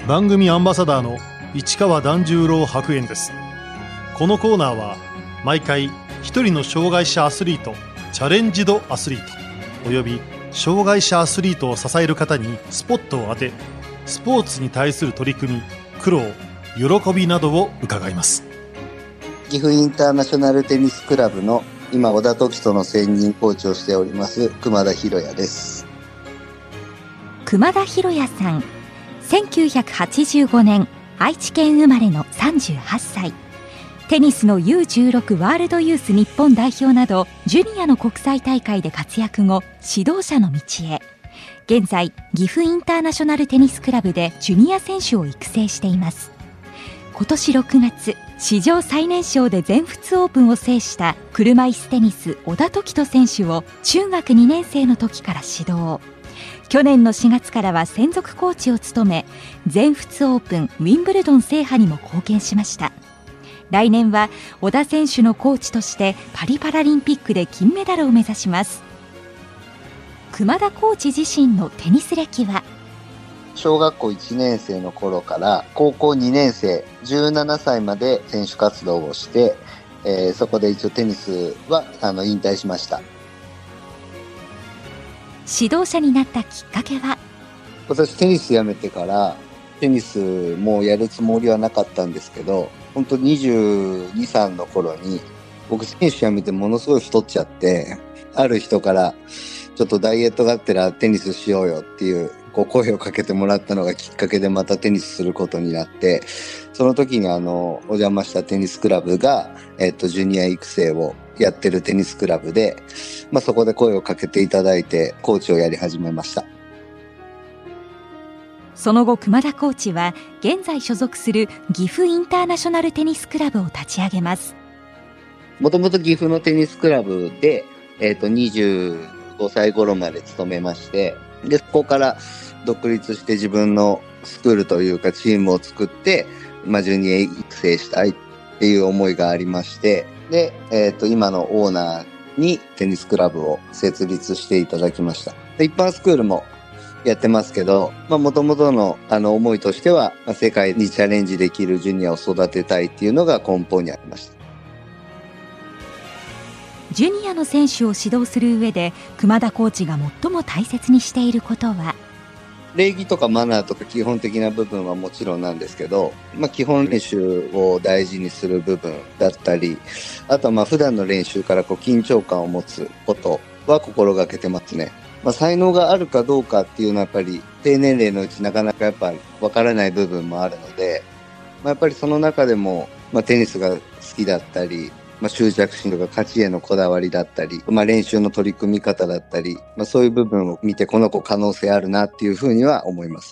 番組アンバサダーの市川團十郎白猿です。このコーナーは毎回一人の障害者アスリート、チャレンジドアスリートおよび障害者アスリートを支える方にスポットを当て、スポーツに対する取り組み、苦労、喜びなどを伺います。 岐阜インターナショナルテニスクラブの今小田凱人の専任コーチをしております熊田博也です。 熊田博也さん、1985年愛知県生まれの38歳。テニスの U16 ワールドユース日本代表などジュニアの国際大会で活躍後、指導者の道へ。現在岐阜インターナショナルテニスクラブでジュニア選手を育成しています。今年6月、史上最年少で全仏オープンを制した車いすテニス小田凱人選手を中学2年生の時から指導。去年の4月からは専属コーチを務め、全仏オープン、ウィンブルドン制覇にも貢献しました。来年は小田選手のコーチとしてパリパラリンピックで金メダルを目指します。熊田コーチ自身のテニス歴は、 小学校1年生の頃から高校2年生17歳まで選手活動をして、そこで一応テニスは引退しました。 指導者になったきっかけは、 私テニスやめてからテニスもやるつもりはなかったんですけど、本当22、3の頃に僕選手辞めてものすごい太っちゃって、ある人からちょっとダイエットがあったらテニスしようよっていう声をかけてもらったのがきっかけでまたテニスすることになって、その時にお邪魔したテニスクラブが、ジュニア育成をやってるテニスクラブで、そこで声をかけていただいてコーチをやり始めました。 その後熊田コーチは現在所属する岐阜インターナショナルテニスクラブを立ち上げます。 もともと岐阜のテニスクラブで、25歳頃まで勤めまして、でそこから独立して自分のスクールというかチームを作って、ジュニア育成したいっていう思いがありまして、で、今のオーナーにテニスクラブを設立していただきました。で一般スクールもやってますけど、もともとの思いとしては、世界にチャレンジできるジュニアを育てたいっていうのが根本にありました。 ジュニアの選手を指導する上で熊田コーチが最も大切にしていることは、 礼儀とかマナーとか基本的な部分はもちろんなんですけど、基本練習を大事にする部分だったり、あとは普段の練習から緊張感を持つことは心がけてますね。才能があるかどうかっていうのはやっぱり低年齢のうちなかなかやっぱ分からない部分もあるので、やっぱりその中でも、テニスが好きだったり、執着心とか勝ちへのこだわりだったり、練習の取り組み方だったり、そういう部分を見てこの子可能性あるなっていうふうには思います。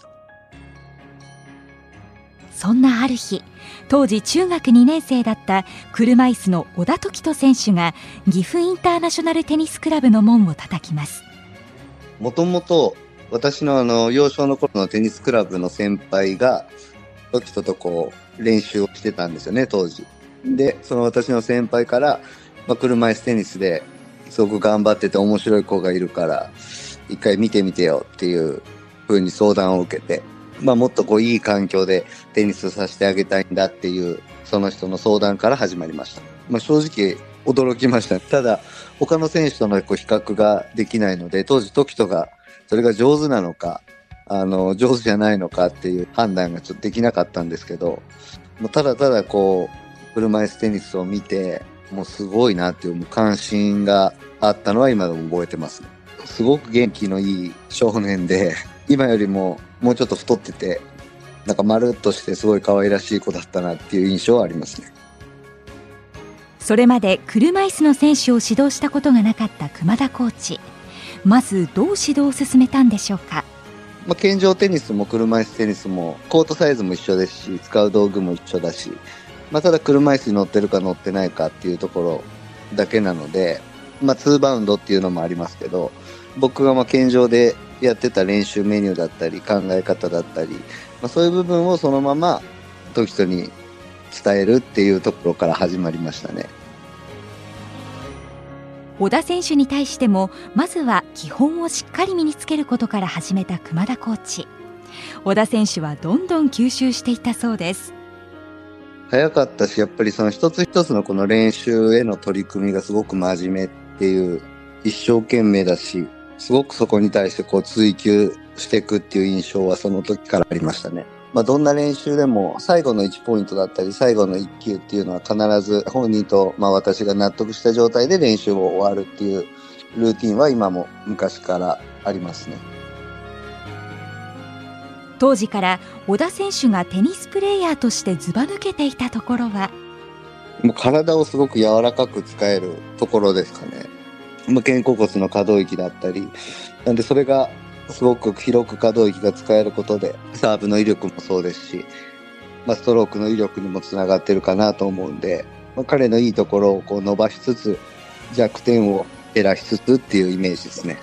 そんなある日、当時中学2年生だった車椅子の小田凱人選手が岐阜インターナショナルテニスクラブの門を叩きます。 もともと私の幼少の頃のテニスクラブの先輩が凱人と練習をしてたんですよね、当時。で、その私の先輩から、車椅子テニスですごく頑張ってて面白い子がいるから一回見てみてよっていう風に相談を受けて、もっといい環境でテニスさせてあげたいんだっていうその人の相談から始まりました。正直驚きました。ただ他の選手との比較ができないので、当時凱人がそれが上手なのか上手じゃないのかっていう判断がちょっとできなかったんですけど、ただただ車椅子テニスを見てもうすごいなっていう関心があったのは今でも覚えてますね。すごく元気のいい少年で、今よりももうちょっと太っててまるっとしてすごい可愛らしい子だったなっていう印象はありますね。 それまで車椅子の選手を指導したことがなかった熊田コーチ、まずどう指導を進めたんでしょうか。 健常テニスも車椅子テニスもコートサイズも一緒ですし、使う道具も一緒だし、ただ車椅子に乗ってるか乗ってないかっていうところだけなので、2バウンドっていうのもありますけど、僕が健常でやってた練習メニューだったり考え方だったり、そういう部分をそのまま凱人に伝えるっていうところから始まりましたね。 小田選手に対してもまずは基本をしっかり身につけることから始めた熊田コーチ。 小田選手はどんどん吸収していったそうです。 早かったし、やっぱりその一つ一つのこの練習への取り組みがすごく真面目っていう、一生懸命だし、すごくそこに対して追求していくっていう印象はその時からありましたね。どんな練習でも最後の1ポイントだったり最後の1球っていうのは必ず本人と私が納得した状態で練習を終わるっていうルーティンは今も昔からありますね。 当時から小田選手がテニスプレーヤーとしてずば抜けていたところは、 もう体をすごく柔らかく使えるところですかね。肩甲骨の可動域だったり、なんでそれがすごく広く可動域が使えることで、サーブの威力もそうですし、ストロークの威力にもつながってるかなと思うんで、彼のいいところを伸ばしつつ、弱点を減らしつつっていうイメージですね。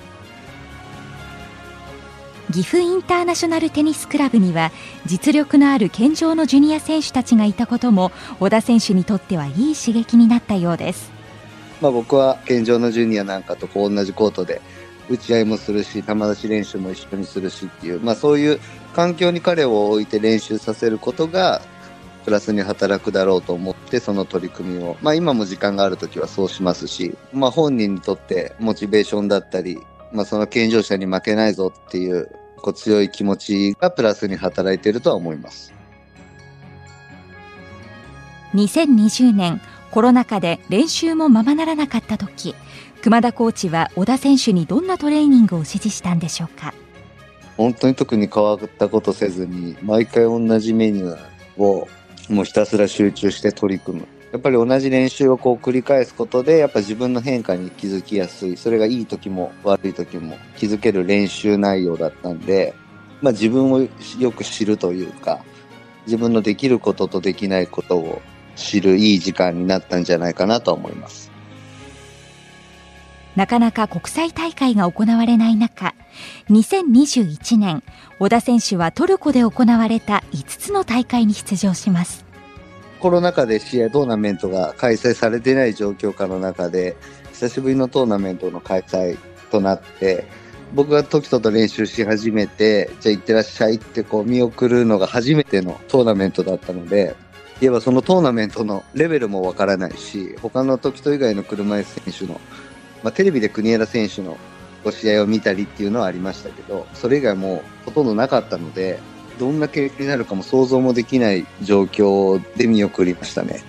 岐阜インターナショナルテニスクラブには実力のある健常のジュニア選手たちがいたことも小田選手にとってはいい刺激になったようです。 僕は健常のジュニアなんかと同じコートで打ち合いもするし、球出し練習も一緒にするしっていう、そういう環境に彼を置いて練習させることがプラスに働くだろうと思ってその取り組みを、今も時間があるときはそうしますし、本人にとってモチベーションだったり、その健常者に負けないぞっていう強い気持ちがプラスに働いているとは思います。 2020年コロナ禍で練習もままならなかった時、熊田コーチは小田選手にどんなトレーニングを指示したんでしょうか。 本当に特に変わったことせずに毎回同じメニューをもうひたすら集中して取り組む。やっぱり同じ練習を繰り返すことでやっぱ自分の変化に気づきやすい、それがいい時も悪い時も気づける練習内容だったんで、自分をよく知るというか、自分のできることとできないことを知るいい時間になったんじゃないかなと思います。 なかなか国際大会が行われない中、2021年小田選手はトルコで行われた5つの大会に出場します。 コロナ禍で試合トーナメントが開催されてない状況下の中で久しぶりのトーナメントの開催となって、僕が時と練習し始めて、じゃあ行ってらっしゃいって見送るのが初めてのトーナメントだったので、言えばそのトーナメントのレベルもわからないし、他の時と以外の車椅子選手の、テレビで国枝選手の試合を見たりっていうのはありましたけど、それ以外もほとんどなかったので、どんな経験になるかも想像もできない状況で見送りましたね。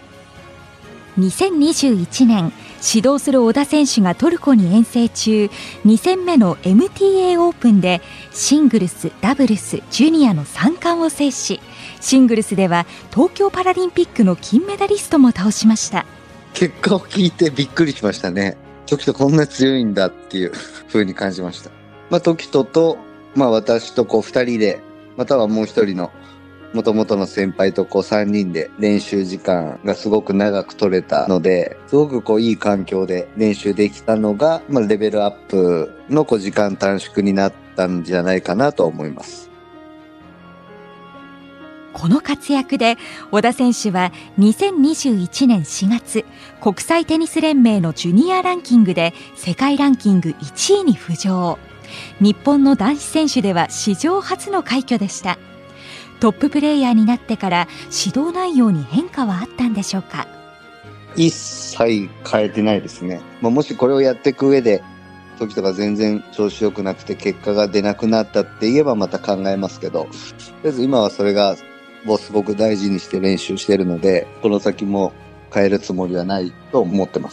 2021年指導する小田選手がトルコに遠征中、2戦目の MTA オープンでシングルス、ダブルス、ジュニアの3冠を制し、シングルスでは東京パラリンピックの金メダリストも倒しました。 結果を聞いてびっくりしましたね。時とこんな強いんだっていう風に感じました。時と私と2人で、またはもう一人の元々の先輩と3人で練習時間がすごく長く取れたので、すごくいい環境で練習できたのが、レベルアップの時間短縮になったんじゃないかなと思います。 この活躍で小田選手は2021年4月国際テニス連盟のジュニアランキングで世界ランキング1位に浮上。日本の男子選手では史上初の快挙でした。トッププレーヤーになってから指導内容に変化はあったんでしょうか。 一切変えてないですね。もしこれをやっていく上で時とか全然調子良くなくて結果が出なくなったって言えばまた考えますけど、とりあえず今はそれがもうすごく大事にして練習しているので、この先も変えるつもりはないと思ってます。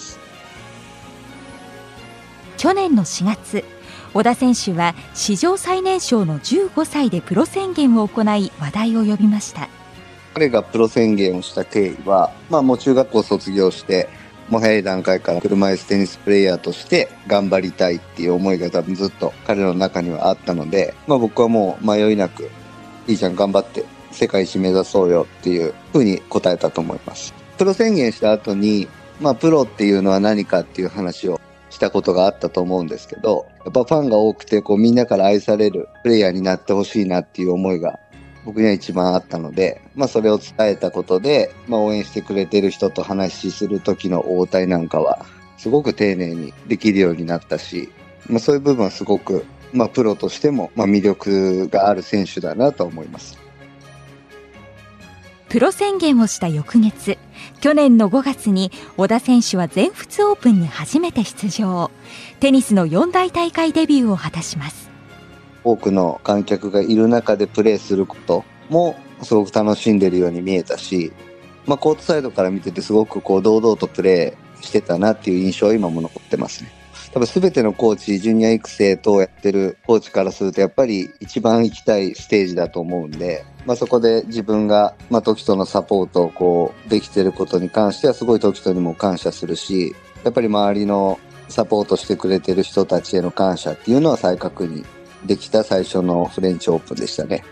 去年の4月、小田選手は史上最年少の15歳でプロ宣言を行い話題を呼びました。 彼がプロ宣言をした経緯は、もう中学校卒業してもう早い段階から車椅子テニスプレーヤーとして頑張りたいっていう思いが多分ずっと彼の中にはあったので、僕はもう迷いなくいいじゃん頑張って世界一目指そうよっていうふうに答えたと思います。プロ宣言した後に、プロっていうのは何かっていう話をしたことがあったと思うんですけど、やっぱファンが多くてみんなから愛されるプレイヤーになってほしいなっていう思いが僕には一番あったので、それを伝えたことで、応援してくれてる人と話しする時の応対なんかはすごく丁寧にできるようになったし、そういう部分はすごくプロとしても、魅力がある選手だなと思います。 プロ宣言をした翌月、去年の5月に小田選手は全仏オープンに初めて出場。テニスの四大大会デビューを果たします。 多くの観客がいる中でプレーすることもすごく楽しんでいるように見えたし、コートサイドから見ててすごく堂々とプレーしてたなっていう印象は今も残ってますね。多分全てのコーチ、ジュニア育成等をやってるコーチからするとやっぱり一番行きたいステージだと思うんで、そこで自分が時人のサポートをできてることに関してはすごい時人にも感謝するし、やっぱり周りのサポートしてくれてる人たちへの感謝っていうのは再確認できた最初のフレンチオープンでしたね。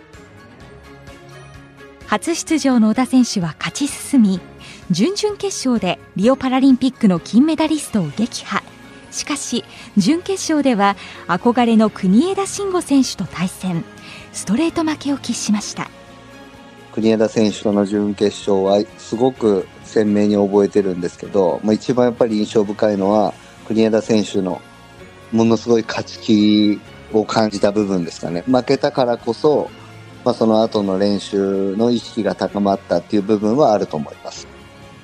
初出場の小田選手は勝ち進み、準々決勝でリオパラリンピックの金メダリストを撃破。しかし準決勝では憧れの国枝慎吾選手と対戦、ストレート負けを喫しました。 国枝選手との準決勝はすごく鮮明に覚えてるんですけど、一番やっぱり印象深いのは国枝選手のものすごい勝ち気を感じた部分ですかね。負けたからこそ、その後の練習の意識が高まったっていう部分はあると思います。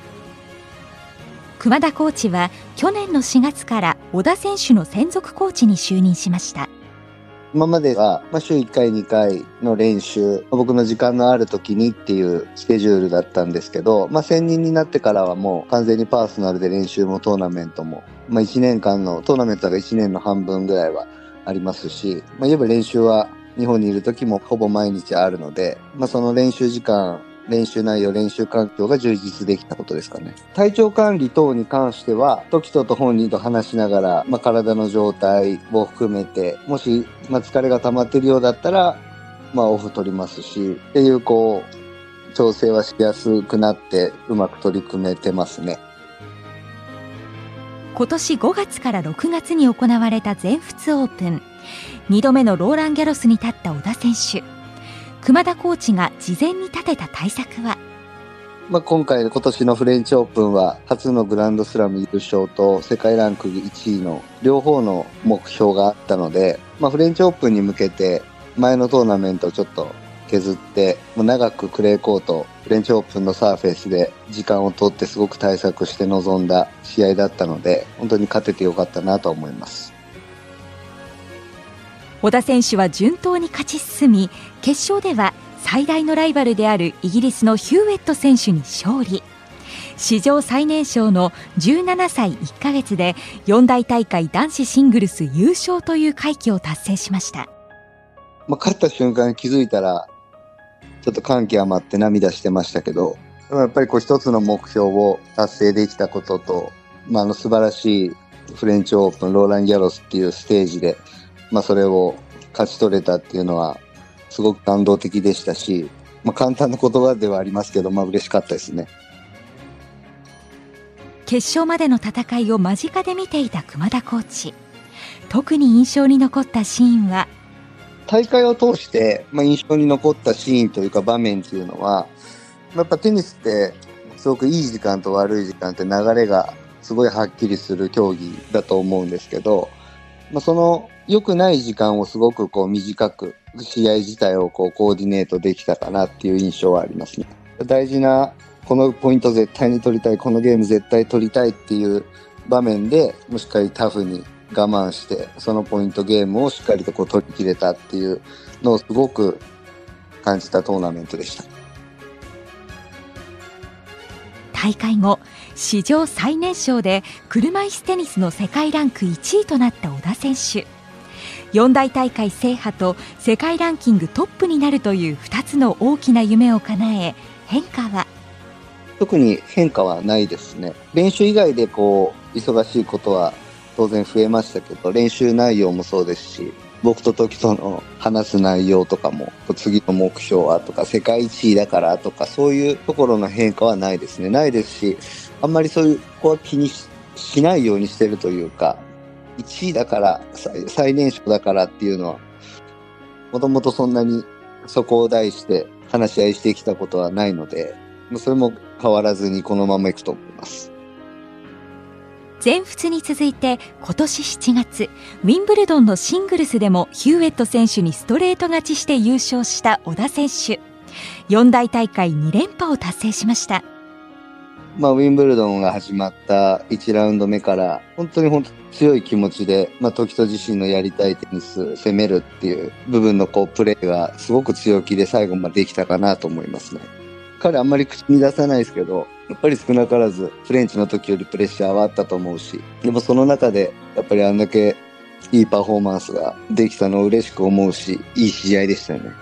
熊田コーチは去年の4月から小田選手の専属コーチに就任しました。 今までは、週1回2回の練習、僕の時間のある時にっていうスケジュールだったんですけど、専任になってからはもう完全にパーソナルで練習もトーナメントも、1年間のトーナメントが1年の半分ぐらいはありますし、いわば練習は日本にいる時もほぼ毎日あるので、その練習時間、練習内容、練習環境が充実できたことですかね。体調管理等に関しては、時人と本人と話しながら、体の状態を含めて、もし、疲れが溜まっているようだったら、オフ取りますし、っていう、調整はしやすくなって、うまく取り組めてますね。 今年5月から6月に行われた全仏オープン。2度目のローランギャロスに立った小田選手。熊田コーチが事前に立てた対策は、 今年のフレンチオープンは初のグランドスラム優勝と世界ランク1位の両方の目標があったので、フレンチオープンに向けて前のトーナメントをちょっと削って、長くクレーコート、フレンチオープンのサーフェイスで時間を取ってすごく対策して臨んだ試合だったので、本当に勝ててよかったなと思います。 小田選手は順当に勝ち進み、決勝では最大のライバルであるイギリスのヒューウェット選手に勝利。史上最年少の17歳1ヶ月で四大大会男子シングルス優勝という快挙を達成しました。 勝った瞬間気づいたらちょっと感極まって涙してましたけど、やっぱり一つの目標を達成できたことと、素晴らしいフレンチオープンローランギャロスっていうステージでそれを勝ち取れたっていうのはすごく感動的でしたし、簡単な言葉ではありますけど、嬉しかったですね。 決勝までの戦いを間近で見ていた熊田コーチ。特に印象に残ったシーンは、 大会を通して、印象に残ったシーンというか場面っていうのは、やっぱテニスってすごくいい時間と悪い時間って流れがすごいはっきりする競技だと思うんですけど、その良くない時間をすごく短く試合自体をコーディネートできたかなっていう印象はありますね。大事なこのポイント絶対に取りたい、このゲーム絶対取りたいっていう場面でしっかりタフに我慢してそのポイントゲームをしっかりと取り切れたっていうのをすごく感じたトーナメントでした。 大会後、史上最年少で車いすテニスの世界ランク1位となった小田選手。四大大会制覇と世界ランキングトップになるという2つの大きな夢を叶え、変化は？ 特に変化はないですね。練習以外で忙しいことは当然増えましたけど、練習内容もそうですし、僕と時との話す内容とかも、次の目標はとか、世界一位だからとか、そういうところの変化はないですね。ないですし、あんまりそういうこは気にしないようにしてるというか、1位だから、最年少だからっていうのは、もともとそんなにそこを題して話し合いしてきたことはないので、それも変わらずにこのままいくと思います。 全仏に続いて今年7月ウィンブルドンのシングルスでもヒューエット選手にストレート勝ちして優勝した小田選手、四大大会2連覇を達成しました。 ウィンブルドンが始まった1ラウンド目から本当に強い気持ちで、時人自身のやりたいテニス攻めるっていう部分のプレーがすごく強気で最後までできたかなと思いますね。彼あんまり口に出さないですけど、やっぱり少なからずフレンチの時よりプレッシャーはあったと思うし、でもその中でやっぱりあんだけいいパフォーマンスができたのを嬉しく思うし、いい試合でしたよね。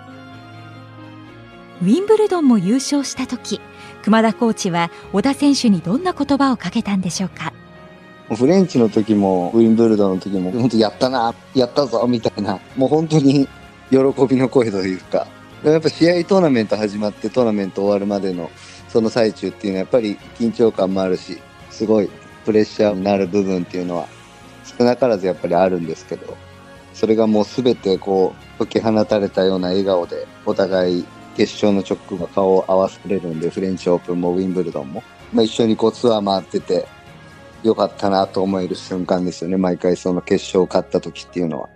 ウィンブルドンも優勝した時、熊田コーチは小田選手にどんな言葉をかけたんでしょうか。 フレンチの時もウィンブルドンの時も本当やったな、やったぞみたいな、もう本当に喜びの声というか、やっぱ試合トーナメント始まってトーナメント終わるまでのその最中っていうのはやっぱり緊張感もあるし、すごいプレッシャーになる部分っていうのは少なからずやっぱりあるんですけど、それがもう全て解き放たれたような笑顔でお互い決勝の直後顔を合わせれるんで、フレンチオープンもウィンブルドンも、一緒にツアー回っててよかったなと思える瞬間ですよね。毎回その決勝を勝った時っていうのは。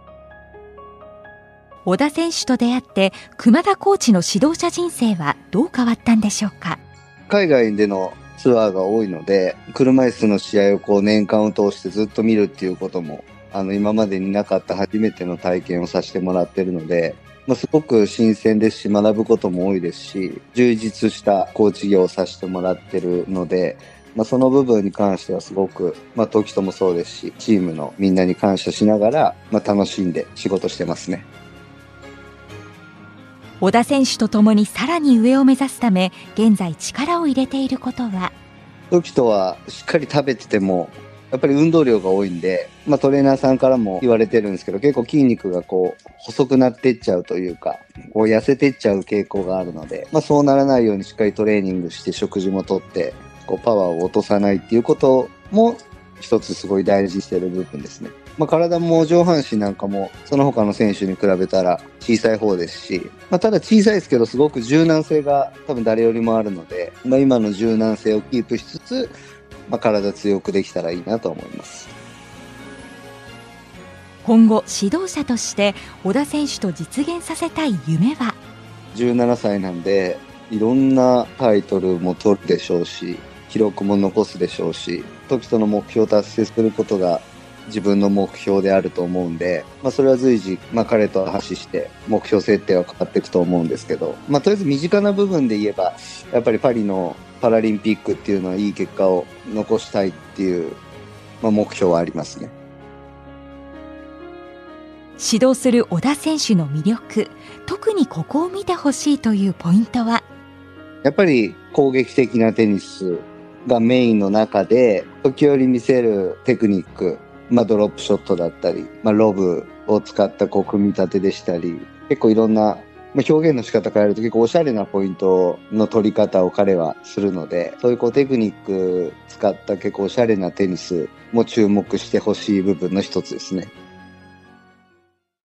小田選手と出会って熊田コーチの指導者人生はどう変わったんでしょうか。 海外でのツアーが多いので、車椅子の試合を年間を通してずっと見るっていうことも今までになかった初めての体験をさせてもらってるので、すごく新鮮ですし学ぶことも多いですし、充実したコーチ業をさせてもらってるので、その部分に関してはすごく時人もそうですし、チームのみんなに感謝しながら楽しんで仕事してますね。 小田選手とともにさらに上を目指すため現在力を入れていることは。 時人はしっかり食べててもやっぱり運動量が多いんで、トレーナーさんからも言われてるんですけど、結構筋肉が細くなっていっちゃうというか、痩せていっちゃう傾向があるので、そうならないようにしっかりトレーニングして食事もとってパワーを落とさないっていうことも一つすごい大事にしてる部分ですね。体も上半身なんかもその他の選手に比べたら小さい方ですし、ただ小さいですけどすごく柔軟性が多分誰よりもあるので、今の柔軟性をキープしつつ、体強くできたらいいなと思います。 今後指導者として小田選手と実現させたい夢は。 17歳なんでいろんなタイトルも取るでしょうし、記録も残すでしょうし、時との目標を達成することが自分の目標であると思うんで、それは随時、彼と話して目標設定は変わっていくと思うんですけど、とりあえず身近な部分で言えばやっぱりパリのパラリンピックっていうのはいい結果を残したいっていう、目標はありますね。 指導する小田選手の魅力、特にここを見てほしいというポイントは。 やっぱり攻撃的なテニスがメインの中で時折見せるテクニック、ドロップショットだったり、ロブを使った組み立てでしたり、結構いろんな表現の仕方変えると結構おしゃれなポイントの取り方を彼はするので、そういうテクニック使った結構おしゃれなテニスも注目してほしい部分の一つですね。